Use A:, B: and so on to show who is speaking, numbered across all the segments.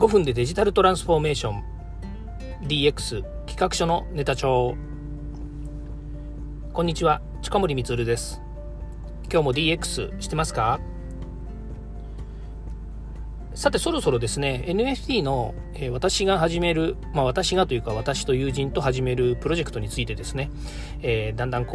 A: 5分でデジタルトランスフォーメーション DX 企画書のネタ帳。こんにちは、近森光です。今日も DX してますか？さて、そろそろですね NFT の、私が始める、私がというか私と友人と始めるプロジェクトについてですね、だんだん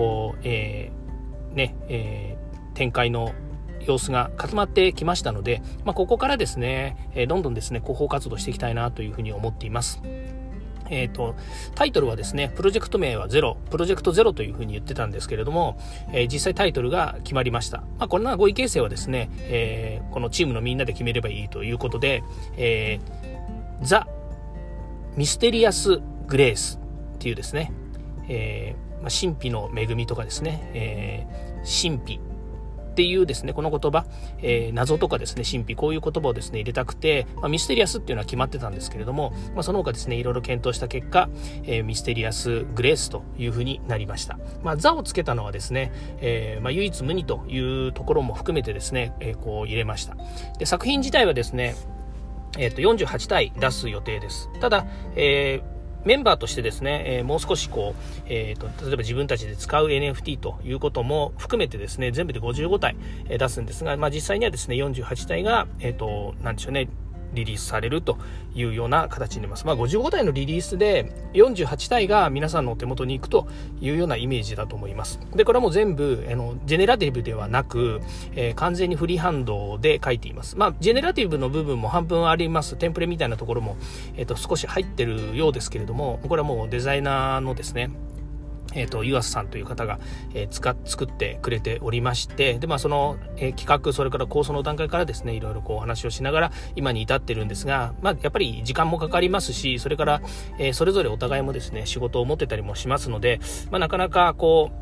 A: 展開の様子が固まってきましたので、ここからですね、どんどんですね広報活動していきたいなというふうに思っています。タイトルはですね、プロジェクト名はプロジェクトゼロというふうに言ってたんですけれども、実際タイトルが決まりました。これの合意形成はですね、このチームのみんなで決めればいいということで、ザ・ミステリアス・グレースっていうですね、神秘の恵みとかですね、神秘っていうですねこの言葉、謎とかですね神秘、こういう言葉をですね入れたくて、ミステリアスっていうのは決まってたんですけれども、その他ですねいろいろ検討した結果、ミステリアスグレースというふうになりました。ザをつけたのはですね、唯一無二というところも含めてですね、こう入れました。で、作品自体はですね、48体出す予定です。ただ、メンバーとしてですね、もう少し例えば自分たちで使う NFT ということも含めてですね、全部で55体出すんですが、実際にはですね、48体が、なんでしょうね、リリースされるというような形になります。55体のリリースで48体が皆さんのお手元に行くというようなイメージだと思います。で、これはもう全部ジェネラティブではなく、完全にフリーハンドで書いています。ジェネラティブの部分も半分あります。テンプレみたいなところも、少し入ってるようですけれども、これはもうデザイナーのですね、ユアスさんという方が、作ってくれておりまして、で、その、企画、それから構想の段階からですね、いろいろお話をしながら今に至ってるんですが、やっぱり時間もかかりますし、それから、それぞれお互いもですね、仕事を持ってたりもしますので、なかなか思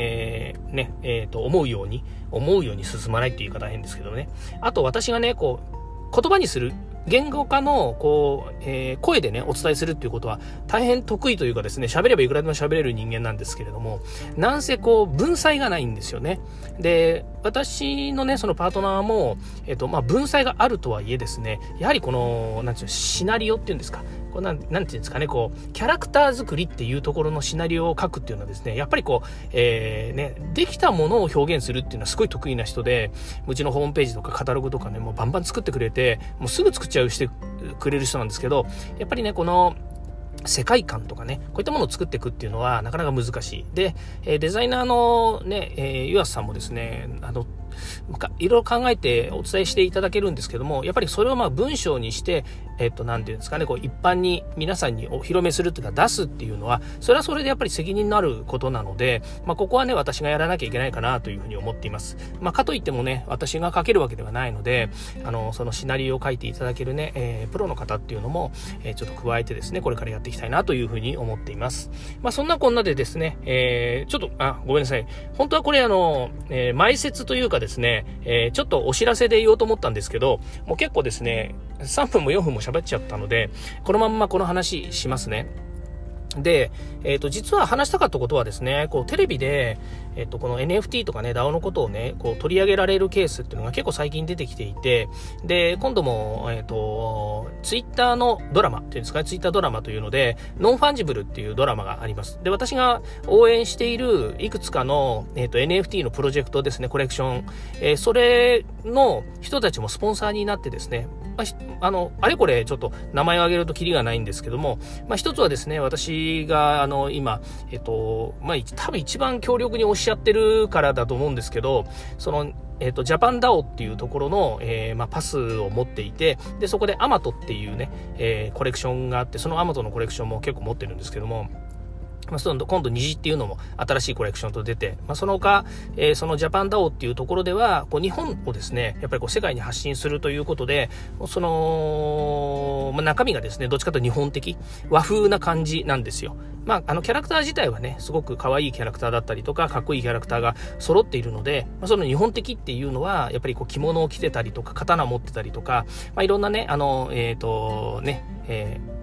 A: うように進まないっていう言い方は変ですけどね。あと私がね、言葉にする、言語化の声でねお伝えするっていうことは大変得意というかですね、喋ればいくらでも喋れる人間なんですけれども、なんせ文才がないんですよね。で、私のねそのパートナーも文才があるとはいえですね、やはりなんていうの、シナリオっていうんですか、なんていうんですかね、キャラクター作りっていうところのシナリオを書くっていうのはですね、やっぱりできたものを表現するっていうのはすごい得意な人で、うちのホームページとかカタログとかね、もうバンバン作ってくれて、もうすぐ作っちゃうしてくれる人なんですけど、やっぱりねこの世界観とかね、こういったものを作っていくっていうのはなかなか難しい。で、デザイナーのね、ユアスさんもですね、いろいろ考えてお伝えしていただけるんですけども、やっぱりそれを文章にしてなんていうんですかね、一般に皆さんにお披露目するっていうか出すっていうのは、それはそれでやっぱり責任のあることなので、ここはね私がやらなきゃいけないかなというふうに思っています。かといってもね私が書けるわけではないので、そのシナリオを書いていただけるね、プロの方っていうのも、ちょっと加えてですね、これからやっていきたいなというふうに思っています。そんなこんなでですね、ちょっとごめんなさい、本当はこれ前説というかですね、ちょっとお知らせで言おうと思ったんですけど、もう結構ですね3分も4分も喋っちゃったので、このまんまこの話しますね。で、実は話したかったことはですね、テレビで、この NFT とかね、DAO のことをね、取り上げられるケースっていうのが結構最近出てきていて、で、今度も、ツイッターのドラマっていうんですかね、ツイッタードラマというので、ノンファンジブルっていうドラマがあります。で、私が応援しているいくつかの、NFT のプロジェクトですね、コレクション、それの人たちもスポンサーになってですね、あれこれちょっと名前を挙げるとキリがないんですけども、一つはですね、私が今、多分一番強力に推しちゃってるからだと思うんですけど、そのジャパンダオっていうところの、パスを持っていて、でそこでアマトっていうね、コレクションがあって、そのアマトのコレクションも結構持ってるんですけども、今度虹っていうのも新しいコレクションと出て、その他、そのジャパンダオっていうところでは日本をですねやっぱり世界に発信するということで、その、中身がですねどっちかというと日本的和風な感じなんですよ。キャラクター自体はねすごく可愛いキャラクターだったりとかかっこいいキャラクターが揃っているので、その日本的っていうのはやっぱり着物を着てたりとか刀を持ってたりとか、いろんなね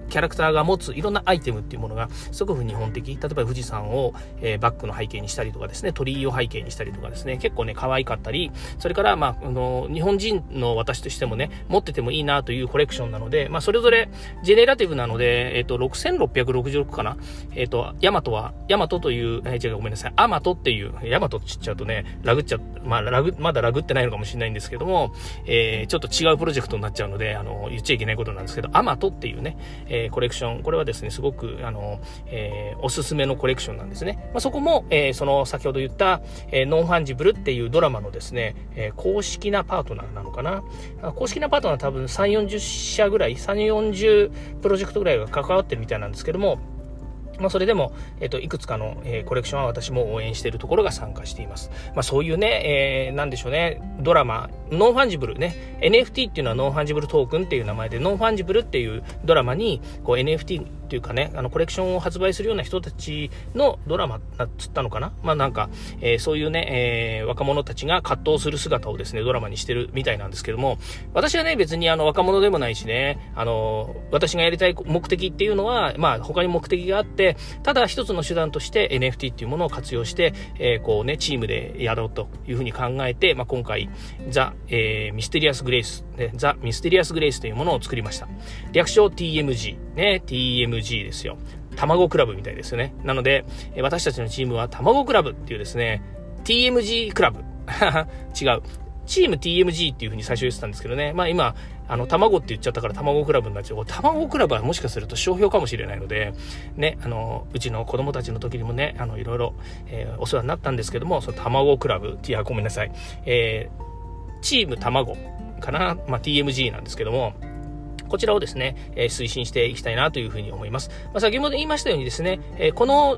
A: キャラクターが持ついろんなアイテムっていうものがすごく日本的。例えば富士山を、バックの背景にしたりとかですね、鳥居を背景にしたりとかですね、結構ね、可愛かったり、それから、日本人の私としてもね、持っててもいいなというコレクションなので、それぞれジェネラティブなので、6666かな。ヤマトという、ごめんなさい、アマトっていう、ヤマトって言っちゃうとね、まだラグってないのかもしれないんですけども、ちょっと違うプロジェクトになっちゃうので、言っちゃいけないことなんですけど、アマトっていうね、コレクション、これはですね、すごく、おすすめのコレクションなんですね。そこも、その先ほど言った、ノンファンジブルっていうドラマのですね、公式なパートナーなのかな。公式なパートナーは多分3、40社ぐらい、3、40プロジェクトぐらいが関わってるみたいなんですけども、それでも、いくつかの、コレクションは私も応援しているところが参加しています。そういうね、なんでしょうね、ドラマ、ノンファンジブルね、NFT っていうのはノンファンジブルトークンっていう名前で、ノンファンジブルっていうドラマに、NFT っていうかね、コレクションを発売するような人たちのドラマだっつったのかな。そういうね、若者たちが葛藤する姿をですね、ドラマにしてるみたいなんですけども、私はね、別に若者でもないしね、私がやりたい目的っていうのは、他に目的があって、ただ一つの手段として NFT っていうものを活用して、チームでやろうというふうに考えて、今回、ミステリアスグレイスというものを作りました。略称 TMG。ね、TMG ですよ。卵クラブみたいですよね。なので、私たちのチームは卵クラブっていうですね、TMG クラブ。違う。チーム TMG っていうふうに最初言ってたんですけどね。今、卵って言っちゃったから卵クラブになっちゃう。卵クラブはもしかすると商標かもしれないので、ね、うちの子供たちの時にもね、いろいろ、お世話になったんですけども、その卵クラブ、ごめんなさい。チーム卵かな。TMG なんですけども、こちらをですね、推進していきたいなというふうに思います。先ほど言いましたようにですね、この、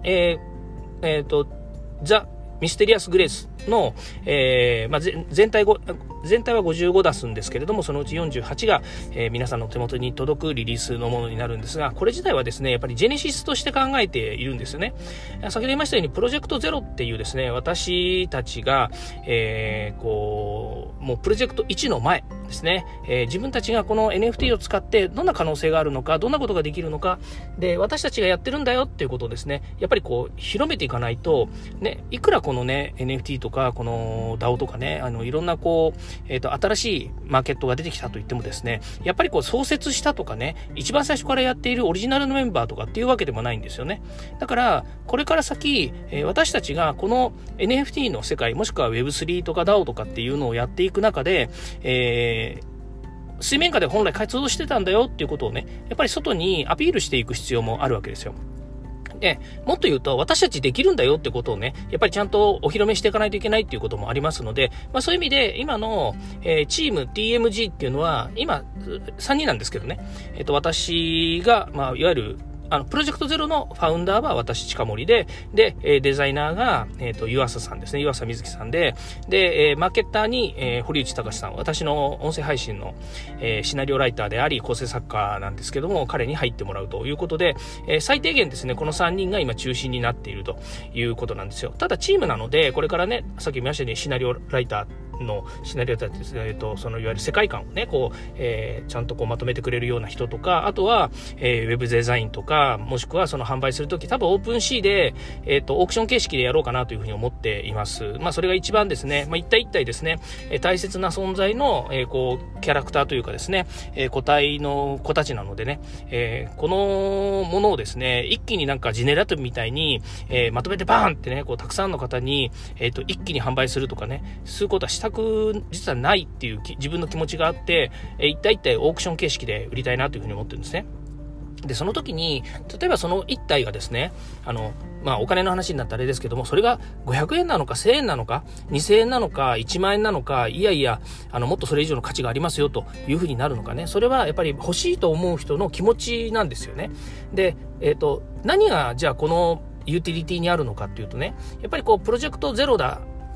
A: ザ・ミステリアス・グレースの、全体は55出すんですけれども、そのうち48が、皆さんの手元に届くリリースのものになるんですが、これ自体はですね、やっぱりジェネシスとして考えているんですよね。先ほど言いましたように、プロジェクトゼロっていうですね、私たちが、もうプロジェクト1の前ですね、自分たちがこの NFT を使ってどんな可能性があるのか、どんなことができるのか、で、私たちがやってるんだよっていうことをですね、やっぱり広めていかないと、ね、いくらこのね、NFT とか、この DAO とかね、いろんな新しいマーケットが出てきたと言ってもですね、やっぱり創設したとかね、一番最初からやっているオリジナルのメンバーとかっていうわけでもないんですよね。だから、これから先、私たちがこの NFT の世界、もしくは Web3 とか DAO とかっていうのをやっていく中で、水面下で本来活動してたんだよっていうことをね、やっぱり外にアピールしていく必要もあるわけですよ。で、もっと言うと、私たちできるんだよってことをね、やっぱりちゃんとお披露目していかないといけないっていうこともありますので、そういう意味で、今の、チーム TMG っていうのは、今、3人なんですけどね、私が、いわゆる、プロジェクトゼロのファウンダーは私、近森で、デザイナーが、湯浅さんですね、湯浅瑞希さんで、マーケッターに、堀内隆さん、私の音声配信の、シナリオライターであり、構成作家なんですけども、彼に入ってもらうということで、最低限ですね、この3人が今中心になっているということなんですよ。ただ、チームなので、これからね、さっき見ましたように、シナリオライター、のシナリオだってですね、そのいわゆる世界観をね、ちゃんとまとめてくれるような人とか、あとは、ウェブデザインとか、もしくはその販売するとき、多分オープンシーで、オークション形式でやろうかなというふうに思っています。それが一番ですね、一体一体ですね、大切な存在の、キャラクターというかですね、個体の子たちなのでね、このものをですね、一気になんかジェネラティブみたいに、まとめてバーンってね、たくさんの方に、一気に販売するとかね、そういうことはしたく実はないっていう自分の気持ちがあって、一体一体オークション形式で売りたいなというふうに思ってるんですね。で、その時に、例えばその一体がですね、お金の話になったらあれですけども、それが500円なのか1000円なのか2000円なのか1万円なのか、いやいや、もっとそれ以上の価値がありますよというふうになるのかね。それはやっぱり欲しいと思う人の気持ちなんですよね。で、何がじゃあこのユーティリティにあるのかっていうとね、やっぱりプロジェクトゼロだ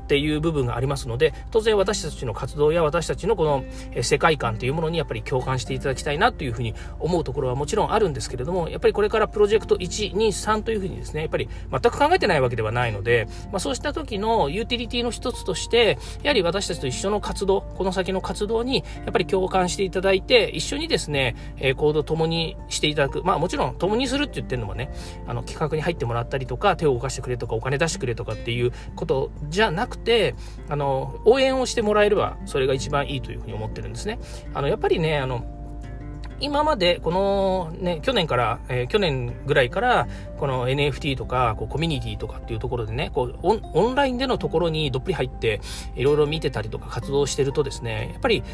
A: っていう部分がありますので、当然私たちの活動や私たちのこの世界観というものにやっぱり共感していただきたいなというふうに思うところはもちろんあるんですけれども、やっぱりこれからプロジェクト1、2、3というふうにですね、やっぱり全く考えてないわけではないので、そうした時のユーティリティの一つとして、やはり私たちと一緒の活動、この先の活動にやっぱり共感していただいて、一緒にですね、行動を共にしていただく。もちろん共にするって言ってるのもね、企画に入ってもらったりとか、手を動かしてくれとか、お金出してくれとかっていうことじゃなくて、応援をしてもらえればそれが一番いいというふうに思ってるんですね。やっぱりね、今までこのね、去年ぐらいからこの NFT とかコミュニティとかっていうところでね、オンラインでのところにどっぷり入っていろいろ見てたりとか活動してるとですね、やっぱり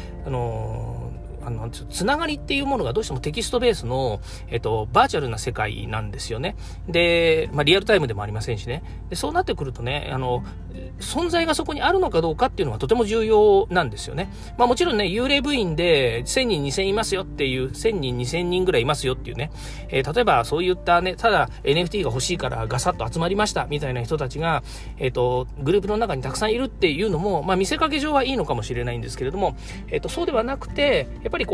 A: つながりっていうものがどうしてもテキストベースの、バーチャルな世界なんですよね。で、リアルタイムでもありませんしね。で、そうなってくるとね、存在がそこにあるのかどうかっていうのはとても重要なんですよね。もちろんね、幽霊部員で1000人2000いますよっていう、1000人2000人ぐらいいますよっていうね、例えばそういったね、ただ NFT が欲しいからガサッと集まりましたみたいな人たちが、グループの中にたくさんいるっていうのも、見せかけ上はいいのかもしれないんですけれども、そうではなくて、やっぱり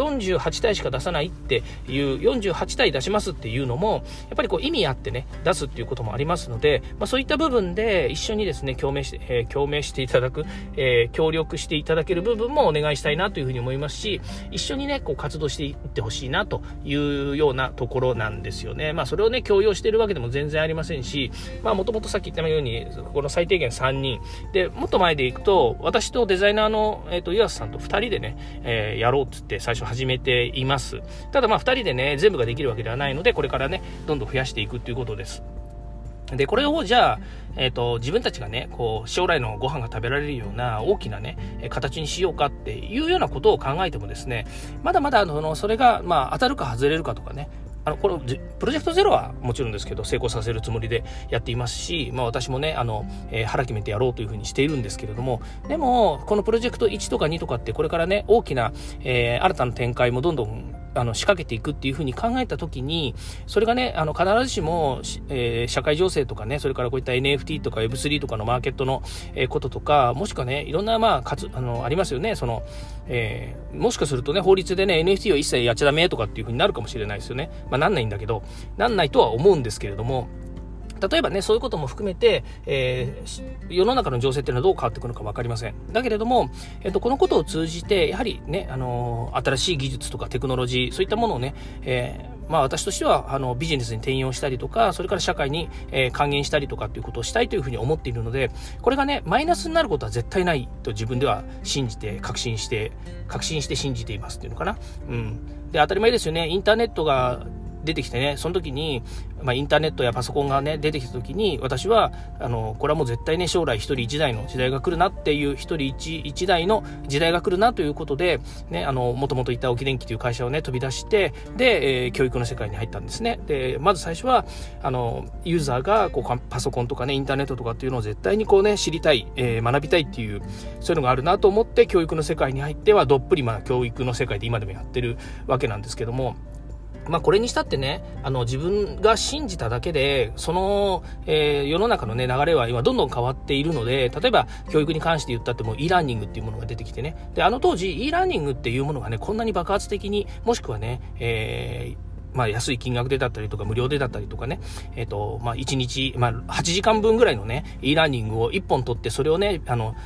A: 48体しか出さないっていう48体出しますっていうのもやっぱり意味あってね出すっていうこともありますので、そういった部分で一緒にですね共鳴していただく、協力していただける部分もお願いしたいなというふうに思いますし、一緒にね活動していってほしいなというようなところなんですよね。それをね強要しているわけでも全然ありませんし、もともとさっき言ったようにこの最低限3人で、もっと前でいくと私とデザイナーの岩瀬さんと2人でね、やろうつって最初始めています。ただ2人でね全部ができるわけではないので、これからねどんどん増やしていくということです。で、これをじゃあ、自分たちがね将来のご飯が食べられるような大きなね形にしようかっていうようなことを考えてもですね、まだまだそれが当たるか外れるかとかね、このプロジェクトゼロはもちろんですけど成功させるつもりでやっていますし、私もね腹決めてやろうというふうにしているんですけれども、でもこのプロジェクト1とか2とかってこれからね大きな、新たな展開もどんどん仕掛けていくっていうふうに考えたときに、それがね必ずしも、社会情勢とかね、それからこういった NFT とか Web3 とかのマーケットの、こととか、もしくはねいろんなありますよね。もしかするとね法律でね NFT を一切やっちゃダメとかっていうふうになるかもしれないですよね。なんないんだけど、なんないとは思うんですけれども、例えばねそういうことも含めて、世の中の情勢っていうのはどう変わってくるのか分かりません。だけれども、このことを通じてやはりね、新しい技術とかテクノロジー、そういったものをね、私としてはビジネスに転用したりとか、それから社会に、還元したりとかっていうことをしたいというふうに思っているので、これがねマイナスになることは絶対ないと自分では確信して信じていますっていうのかな。で、当たり前ですよね。インターネットが出てきてね、その時に、インターネットやパソコンがね出てきた時に、私はこれはもう絶対ね将来一人一台の時代が来るなっていう、一人一台の時代が来るなということでね、もともといた沖電機という会社をね飛び出して、で、教育の世界に入ったんですね。で、まず最初はユーザーがパソコンとかねインターネットとかっていうのを絶対に知りたい、学びたいっていう、そういうのがあるなと思って教育の世界に入ってはどっぷり教育の世界で今でもやってるわけなんですけども、これにしたってね、自分が信じただけで、世の中のね、流れは今どんどん変わっているので、例えば教育に関して言ったっても e ラーニングっていうものが出てきてね。で、当時 e ラーニングっていうものがね、こんなに爆発的に、もしくはね、安い金額でだったりとか無料でだったりとかね、1日、8時間分ぐらいのね e ラーニングを1本取って、それをね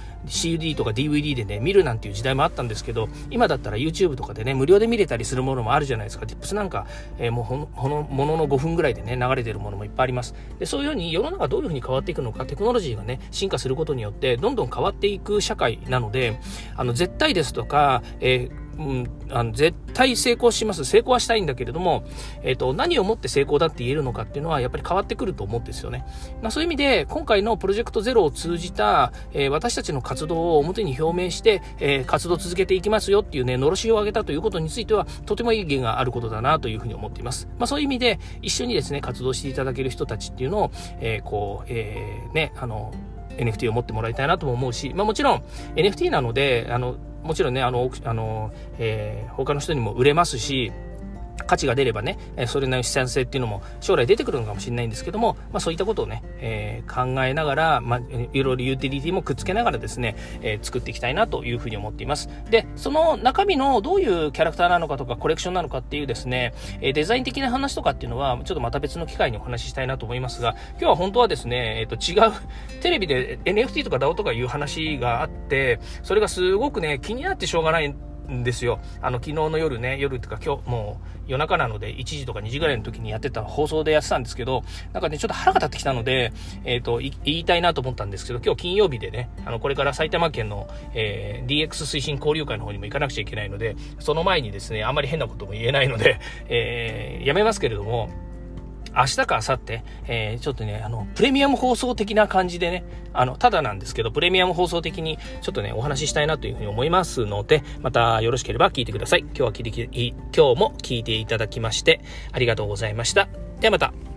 A: CD とか DVD でね見るなんていう時代もあったんですけど、今だったら YouTube とかでね無料で見れたりするものもあるじゃないですか。Tips なんか、もの5分ぐらいでね流れてるものもいっぱいあります。で、そういうように世の中どういうふうに変わっていくのか、テクノロジーがね進化することによってどんどん変わっていく社会なので、絶対ですとか、絶対成功します。成功はしたいんだけれども、何をもって成功だって言えるのかっていうのはやっぱり変わってくると思うんですよね。そういう意味で今回のプロジェクトゼロを通じた、私たちの活動を表に表明して、活動を続けていきますよっていうね、のろしを上げたということについてはとてもいい意義があることだなというふうに思っています。そういう意味で一緒にですね活動していただける人たちっていうのを、NFT を持ってもらいたいなとも思うし、もちろん NFT なのでもちろんね他の人にも売れますし、 価値が出ればね、それなりの資産性っていうのも将来出てくるのかもしれないんですけども、そういったことをね、考えながら、いろいろユーティリティもくっつけながらですね、作っていきたいなというふうに思っています。で、その中身のどういうキャラクターなのかとかコレクションなのかっていうですね、デザイン的な話とかっていうのはちょっとまた別の機会にお話ししたいなと思いますが、今日は本当はですね、違うテレビで NFT とか DAO とかいう話があって、それがすごくね気になってしょうがないんですよ。昨日の夜っていうか今日もう夜中なので1時とか2時ぐらいの時にやってた放送でやってたんですけど、なんかねちょっと腹が立ってきたので、言いたいなと思ったんですけど、今日金曜日でね、これから埼玉県の、DX 推進交流会の方にも行かなくちゃいけないので、その前にですねあんまり変なことも言えないので、やめますけれども、明日か明後日、ちょっとね、プレミアム放送的な感じでね、ただなんですけど、プレミアム放送的にちょっとね、お話ししたいなというふうに思いますので、またよろしければ聞いてください。今日も聞いていただきまして、ありがとうございました。ではまた。